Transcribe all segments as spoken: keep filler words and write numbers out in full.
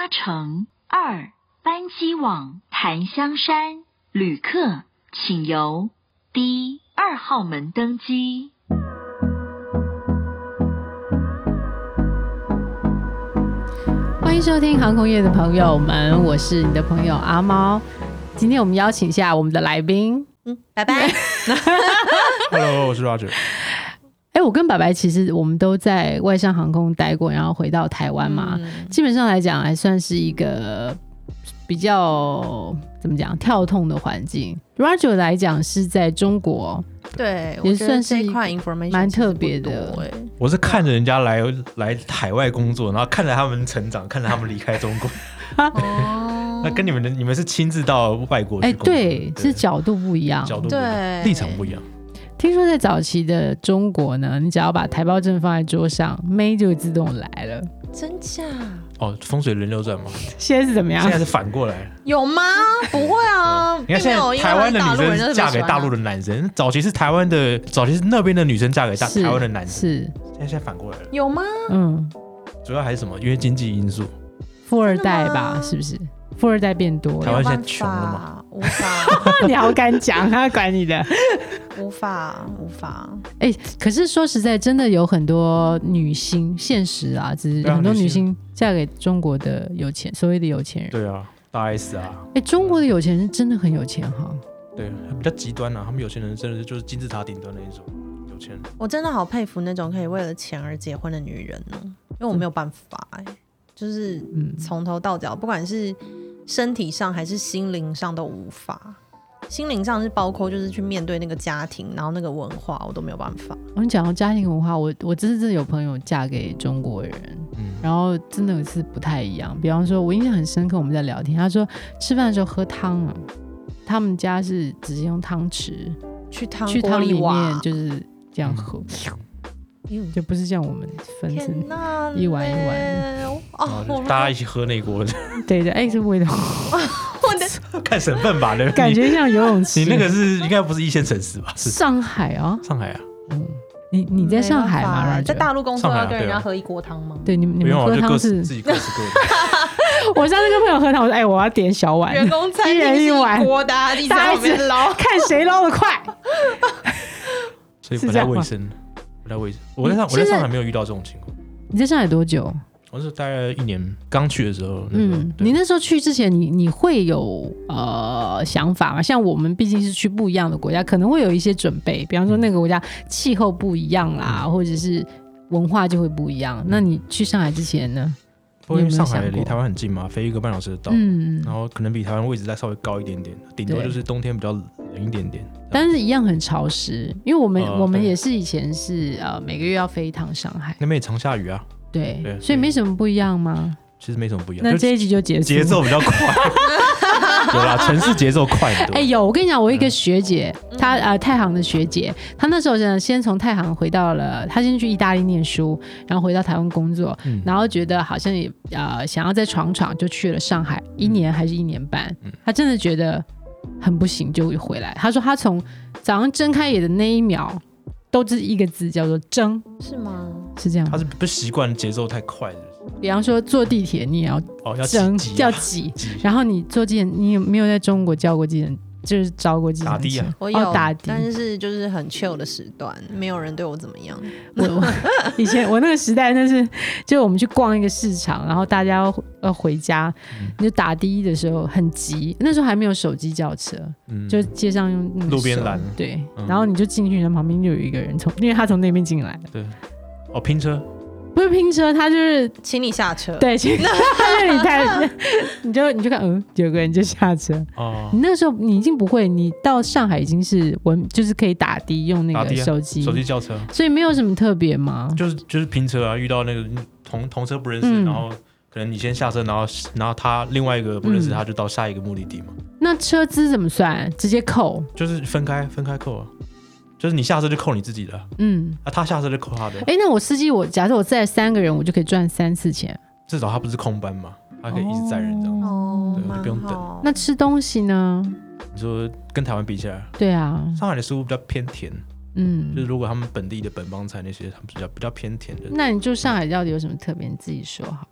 乘二班机往檀香山，旅客请由 D 二号门登机。 欢迎收听航空业的朋友们，我是你的朋友阿猫。今天我们邀请一下我们的来宾， 嗯，拜拜。 Hello， 我是 Roger。 哎，我跟白白其实我们都在外商航空待过，然后回到台湾嘛，嗯、基本上来讲还算是一个比较怎么讲跳痛的环境。Roger 来讲是在中国， 对， 也算是一块 information 蛮特别的。 我是看着人家来来海外工作，然后看着他们成长，看着他们离开中国。哦，那跟你们的你们是亲自到外国去工作， 哎，对，是角度不一样， 角度不一样，立场不一样。 听说在早期的中国呢，你只要把台胞证放在桌上，妹就会自动来了。 真假？ 哦，风水轮流转吗？ 现在是怎么样？ 现在是反过来。 有吗？不会啊。 你看现在台湾的女生嫁给大陆的男生，早期是台湾的，早期是那边的女生嫁给台湾的男生， 是现在现在反过来了。 有吗？ 嗯， 主要还是什么？因为经济因素， 富二代吧，是不是？富二代变多了， 台湾现在穷了嘛？ 无法， 你好敢讲，他管你的。 无法，无法。 哎、欸，可是说实在，真的有很多女星，现实啊，只是很多女星嫁给中国的有钱，所谓的有钱人。 对啊，大 S 啊。 哎、欸，中国的有钱人真的很有钱哈。 对，比较极端啊，他们有钱人真的就是金字塔顶端的一种有钱人。 我真的好佩服那种可以为了钱而结婚的女人呢，因为我没有办法哎、欸，就是从头到脚，不管是身体上还是心灵上都无法。心灵上是包括就是去面对那个家庭，然后那个文化我都没有办法。 我讲到家庭文化，我我真的有朋友嫁给中国人、嗯，然后真的是不太一样。比方说，我印象很深刻，我们在聊天，他说吃饭的时候喝汤啊，他们家是直接用汤匙去汤去汤里面就是这样喝。 嗯， 就不是像我们分成一碗一碗， 哦，大家一起喝那锅的。 对的，哎，这味道， 看省份吧，那感觉像游泳池。 你那个是应该不是一线城市吧？是上海啊， 上海啊。 嗯，你你在上海吗？ 在大陆工作要跟人家喝一锅汤吗？ 对，你们你们喝汤是自己各吃各的。 我上次跟朋友喝汤，我说哎，我要点小碗， 员工餐厅是一碗锅的，一直在旁边捞， 看谁捞得快。 所以不太卫生。不太卫生。我在上我在上海没有遇到这种情况。 你在上海多久？ 我是大概一年，刚去的时候。 嗯，你那时候去之前，你你会有呃想法吗？像我们毕竟是去不一样的国家，可能会有一些准备，比方说那个国家气候不一样啦，嗯、或者是文化就会不一样。那你去上海之前呢？ 因为上海离台湾很近嘛，飞一个半小时就到，嗯，然后可能比台湾位置再稍微高一点点，顶多就是冬天比较冷一点点， 但是一样很潮湿，因为我们、呃、我们也是以前是呃每个月要飞一趟上海， 那边也常下雨啊， 对，对，所以没什么不一样吗？ 其实没什么不一样， 那这一集就结束， 节奏比较快。有啦，城市节奏快很多。 哎、欸，有，我跟你讲，我一个学姐，嗯、她呃太行的学姐，她那时候呢，先从太行回到了，她先去意大利念书，然后回到台湾工作，嗯、然后觉得好像也呃想要再闯闯，就去了上海，一年还是一年半，嗯、她真的觉得很不行，就回来。她说她从早上睁开眼的那一秒，都是一个字，叫做睁， 是吗？ 是这样。 她是不习惯节奏太快的。 比方说坐地铁你也要哦要争挤要挤，然后你坐计程，你有没有在中国叫过计程，就是招过计程车？ 打的啊， 我有、 哦、打的， 但是就是很 chill 的时段，没有人对我怎么样。 我我以前我那个时代，那是就我们去逛一个市场，然后大家要要回家，嗯、你就打的的时候很急，那时候还没有手机叫车，嗯、就街上用那路边拦， 对，嗯、然后你就进去，然后旁边就有一个人从，因为他从那边进来， 对，哦拼车。 不是拼车，他就是请你下车。 对，请他那里太，你就你就看，嗯，有个人就下车。哦，你那时候你已经不会，你到上海已經是文，就是可以打的用那个手機、 啊，手机叫车， 所以没有什么特别吗？ 就是就是拼车啊，遇到那个同同车不认识，嗯、然后可能你先下车，然后然后他另外一个不认识，嗯、他就到下一个目的地嘛。 那车资怎么算？直接扣？ 就是分开分开扣啊。就是你下车就扣你自己的，嗯，啊，他下车就扣他的。 哎，那我司机我假设我载三个人，我就可以赚三次钱。 至少他不是空班嘛，他可以一直载人这样子，哦，对，就不用等。 那吃东西呢？ 你说跟台湾比起来， 对啊， 上海的食物比较偏甜，嗯，就是如果他们本地的本帮菜那些，他们比较比较偏甜的。 那你就上海到底有什么特别？你自己说好了。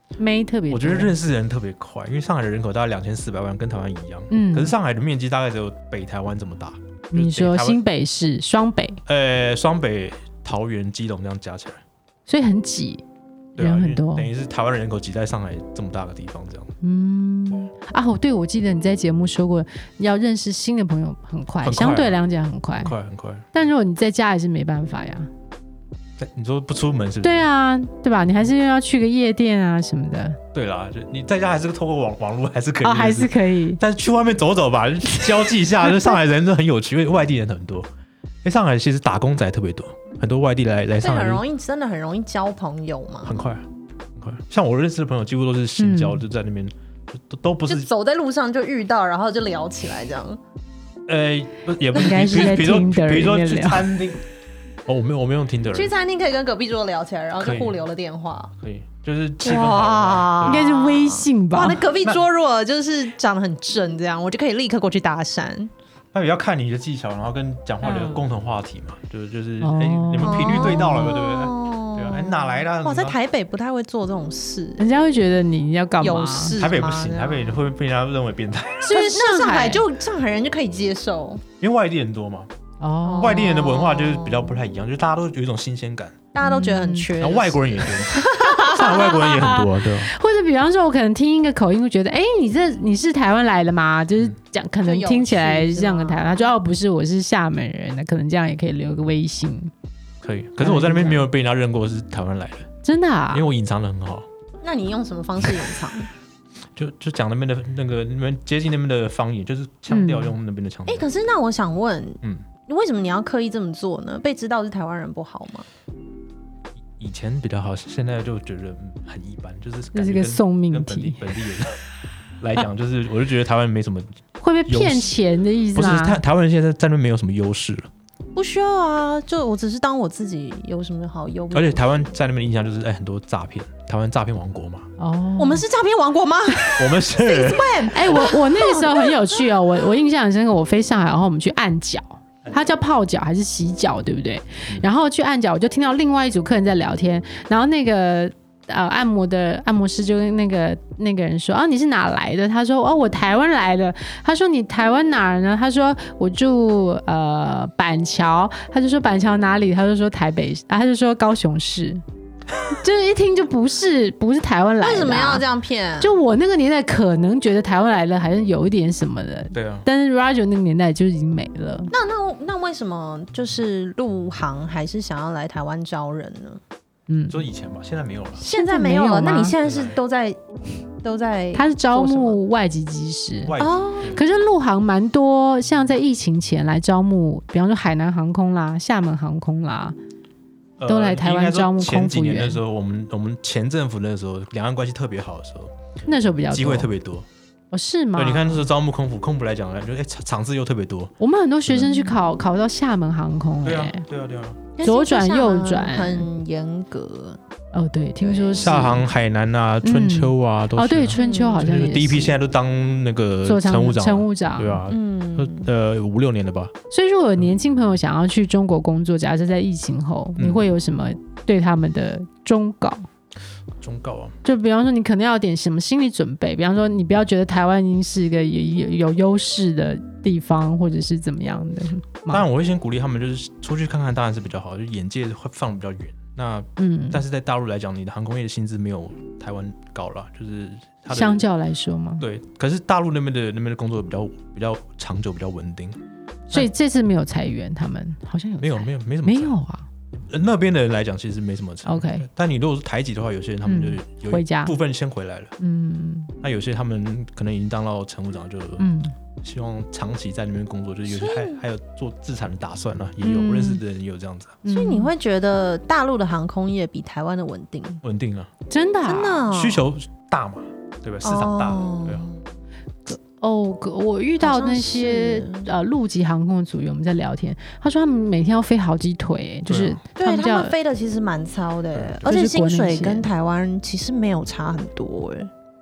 妹特别多。 我觉得认识人特别快，因为上海的人口大概两千四百万，跟台湾一样。嗯，可是上海的面积大概只有北台湾这么大。 你说新北市、双北？ 呃，双北、桃园、基隆这样加起来， 所以很挤，人很多， 等于是台湾人口挤在上海这么大个地方这样。 嗯，啊，对，我记得你在节目说过，要认识新的朋友很快，很快啊、相对来讲很快， 很快很快。 但如果你在家也是没办法呀。 你说不出门是不是？ 对啊，对吧？你还是要去个夜店啊什么的。 对啦，就你在家还是透过网网络还是可以，哦， 还是可以。 但是去外面走走吧，交际一下。就上海人都很有趣，因为外地人很多。因为上海其实打工仔特别多，很多外地来来上海， 很容易，真的很容易交朋友嘛。 很快，很快。像我认识的朋友，几乎都是新交，嗯、就在那边，都都不是就走在路上就遇到，然后就聊起来这样。 呃，也不应该是在比如说，比如说去聊餐厅。哦，我没有，我没有Tinder。 去餐厅可以跟隔壁桌聊起来，然后就互留了电话。 可以，就是气氛好。 应该是微信吧？ 哇，那隔壁桌如果就是长得很正，这样我就可以立刻过去搭讪。 那也要看你的技巧，然后跟讲话的共同话题嘛，嗯、就是就是，哎、哦欸，你们频率对到了，对不对？对啊，哎、欸，哪来的？ 哇，在台北不太会做这种事， 人家会觉得你要干嘛？ 有事？ 台北不行，台北会被人家认为变态。 所以那上海就上海人就可以接受， 因为外地人多嘛。哦，外地人的文化就是比较不太一样，就是大家都有一种新鲜感， 大家都觉得很缺。 然后外国人也多，上海外国人也很多，对吧？ 或者比方说，我可能听一个口音，会觉得，哎，你这你是台湾来的吗？就是讲，可能听起来像个台湾，他就哦不是，我是厦门人的，可能这样也可以留个微信。 可以，可是我在那边没有被人家认过是台湾来的， 真的啊？ 因为我隐藏的很好。 那你用什么方式隐藏？ 就就讲那边的那个，你们接近那边的方言，就是腔调用那边的腔调。 哎、嗯，可是那我想问，嗯。为什么你要刻意这么做呢？被知道是台湾人不好吗？ 以前比较好，现在就觉得很一般，就是这是个送命题。 本地人来讲，就是我就觉得台湾没什么会被骗钱的意思吗？ 不是，台台湾人现在在那边没有什么优势了。 不需要啊，就我只是当我自己有什么好优。 而且台湾在那边的印象就是哎、欸、很多诈骗，台湾诈骗王国嘛。 哦，我们是诈骗王国吗？ 我们是。 哎、欸，我我那个时候很有趣哦，我我印象很深刻，我飞上海，然后我们去按脚。它叫泡脚还是洗脚，对不对？嗯、然后去按脚，我就听到另外一组客人在聊天，然后那个呃按摩的按摩师就跟那个那个人说：“啊，你是哪来的？”他说：“哦，我台湾来的。”他说：“你台湾哪儿呢？”他说：“我住呃板桥。”他就说：“板桥哪里？”他就说：“台北。”啊，他就说：“高雄市。”就是一听就不是不是台湾来的、啊， 为什么要这样骗？ 就我那个年代可能觉得台湾来的还是有一点什么的， 对啊。 但是 Roger 那个年代就已经没了。 那那那为什么就是陆航还是想要来台湾招人呢？ 嗯，说以前吧，现在没有了。 现在没有了，那你现在是都在都在？ 他是招募外籍机师哦，可是陆航蛮多，像在疫情前来招募，比方说海南航空啦、厦门航空啦。都来台湾招募空服员。 前几年的时候，我们我们前政府那时候，两岸关系特别好的时候， 那时候比较机会特别多。 哦，是吗？ 对，你看那时候招募空服，空服来讲，就哎场次又特别多。 我们很多学生去考，考到厦门航空， 对啊，对啊，对啊。 左转右转很严格。 哦，对，听说是厦航、海南啊、春秋啊，都是。 哦，对，春秋好像也是。 第一批现在都当那个乘务长， 乘务长， 对啊，嗯，呃，五六年了吧。 所以，如果有年轻朋友想要去中国工作，假设在疫情后，你会有什么对他们的忠告？ 忠告啊， 就比方说，你可能要有点什么心理准备，比方说，你不要觉得台湾已经是一个有有优势的地方，或者是怎么样的。 当然，我会先鼓励他们，就是出去看看，当然是比较好，就眼界会放比较远。那嗯，但是在大陆来讲，你的航空业的薪资没有台湾高啦，就是它的相较来说嘛。 对，可是大陆那边的那边的工作比较比较长久，比较稳定。 所以这次没有裁员，他们好像有没有没有没什么没有啊。 那边的人来讲，其实没什么差。 OK， 但你如果是台籍的话，有些人他们就有回家部分先回来了。嗯，那有些他们可能已经当到乘务长，就嗯，希望长期在那边工作，就是有些还还有做自产的打算啦，也有、嗯、我认识的人也有这样子、啊。 所以你会觉得大陆的航空业比台湾的稳定？ 稳定啊， 真的、啊、 真的、哦、 需求大嘛，对吧？市场大，哦、对啊。 哦，我遇到那些呃陆籍航空的组员，我们在聊天，他说他们每天要飞好几腿，就是他们, 对他们飞的其实蛮糙的，而且薪水跟台湾其实没有差很多哎。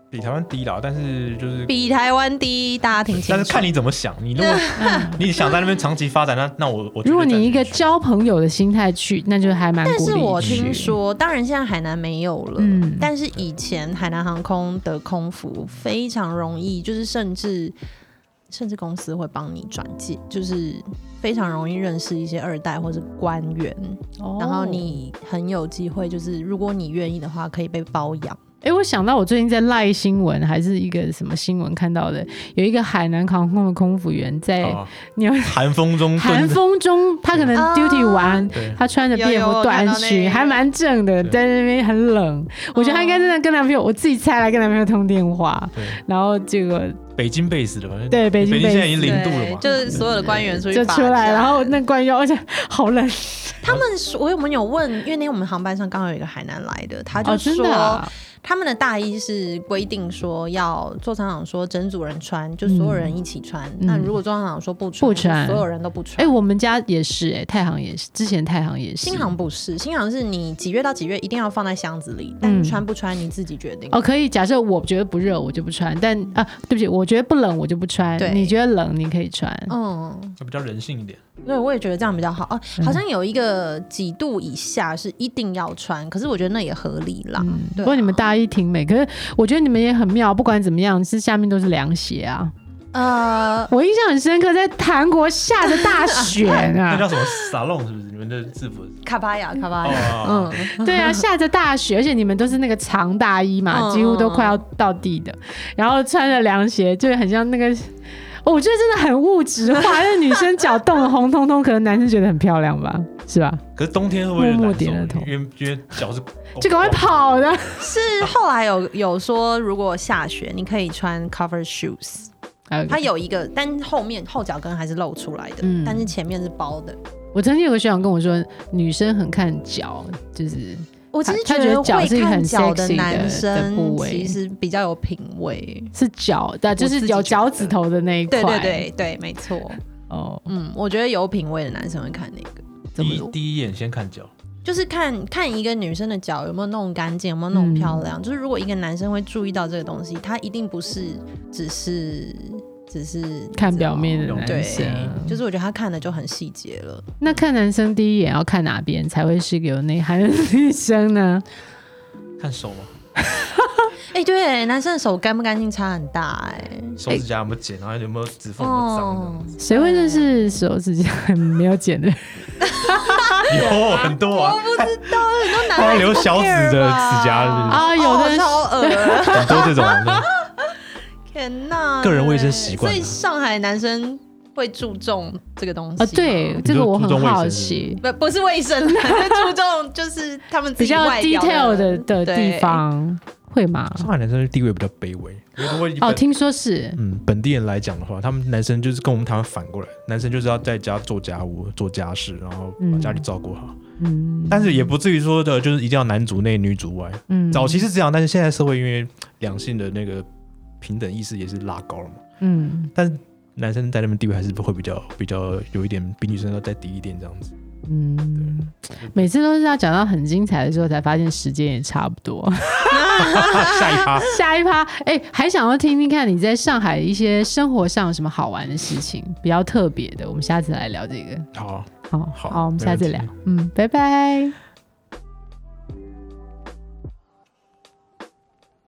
比台湾低啦，但是就是比台湾低，大家听清楚。 但是看你怎么想，你如果你想在那边长期发展，那那我我如果你一个交朋友的心态去，那就还蛮鼓励。 但是我听说，当然现在海南没有了，嗯，但是以前海南航空的空服非常容易，就是甚至甚至公司会帮你转介，就是非常容易认识一些二代或是官员，哦，然后你很有机会，就是如果你愿意的话，可以被包养。 哎，我想到我最近在赖新闻还是一个什么新闻看到的，有一个海南航空的空服员在、哦、你寒风中寒风中，他可能 duty 完，哦、他穿着便服短裙，还蛮正的，在那边很冷。我觉得他应该真的跟男朋友，我自己猜来跟男朋友通电话，然后这个北京 base 的吧？ 对，北京 base 北京现在已经零度了嘛， 就是所有的官员出去就出来，然后那官员而且好冷。 他们说，我们有问，因为那天我们航班上刚好有一个海南来的，他就说。 哦他们的大衣是规定说要座舱长说整组人穿，就所有人一起穿。嗯、那如果座舱长说不穿， 不穿， 所有人都不穿。 哎、欸，我们家也是、欸，哎，太行也是，之前太行也是。 新航不是，新航是你几月到几月一定要放在箱子里，但穿不穿你自己决定。 哦，可以，假设我觉得不热我就不穿，但啊，对不起，我觉得不冷我就不穿。你觉得冷你可以穿，嗯， 比较人性一点。 对，我也觉得这样比较好。哦、啊，好像有一个几度以下是一定要穿，可是我觉得那也合理啦。嗯、对、啊。 不过你们大衣挺美，可是我觉得你们也很妙，不管怎么样，是下面都是凉鞋啊。呃，我印象很深刻，在韩国下着大雪啊， 那叫什么沙龙是不是？你们的制服？ 卡巴亚，卡巴亚。 哦、嗯，对啊，下着大雪，而且你们都是那个长大衣嘛，嗯、几乎都快要到地的，然后穿着凉鞋，就很像那个。哦、我觉得真的很物质化，那女生脚冻得红彤彤，可能男生觉得很漂亮吧，是吧？ 可是冬天会不会默默点了头？ 因为因为脚是就赶快跑的。 是后来有有说，如果下雪，你可以穿 cover shoes， 它有一个，但后面后脚跟还是露出来的，嗯、但是前面是包的。 我曾经有个学长跟我说，女生很看脚，就是。 我其实觉得会看脚的男生其实比较有品味， 是脚的，就是有脚趾头的那一块。 对对对对，没错。哦，嗯，我觉得有品味的男生会看那个。 第一第一眼先看脚， 就是看看一个女生的脚有没有弄干净，有没有弄漂亮。嗯、就是如果一个男生会注意到这个东西，他一定不是只是。只是看表面的男生， 就是我觉得他看的就很细节了。 那看男生第一眼要看哪边才会是个有内涵的女生呢？ 看手吗？ 哎、欸，对，男生的手干不干净差很大哎、欸。 手指甲有没有剪，然后有没有指缝有没有脏？ 谁会认识手指甲没有剪的？ 有很多啊， 我不知道，很多男生留小指的指甲啊，有的超恶， 很多这种的。 天哪， 个人卫生习惯， 所以上海男生会注重这个东西啊？对，这个我很好奇， 不不是卫生，注重就是他们自己外表的比较 detail 的的地方，会吗？ 上海男生的地位比较卑微， 哦，听说是， 嗯，本地人来讲的话，他们男生就是跟我们台湾反过来，男生就是要在家做家务、做家事，然后把家里照顾好。嗯，但是也不至于说的，就是一定要男主内女主外。嗯，早期是这样，但是现在社会因为两性的那个平等意识也是拉高了嘛。嗯，但是男生在那边地位还是会比较比较有一点比女生要再低一点这样子。嗯， 每次都是要讲到很精彩的时候，才发现时间也差不多。 下一趴， 下一趴，哎、欸，还想要听听看你在上海一些生活上有什么好玩的事情，比较特别的，我们下次来聊这个。 好， 好，好，好，我们下次聊。嗯，拜拜。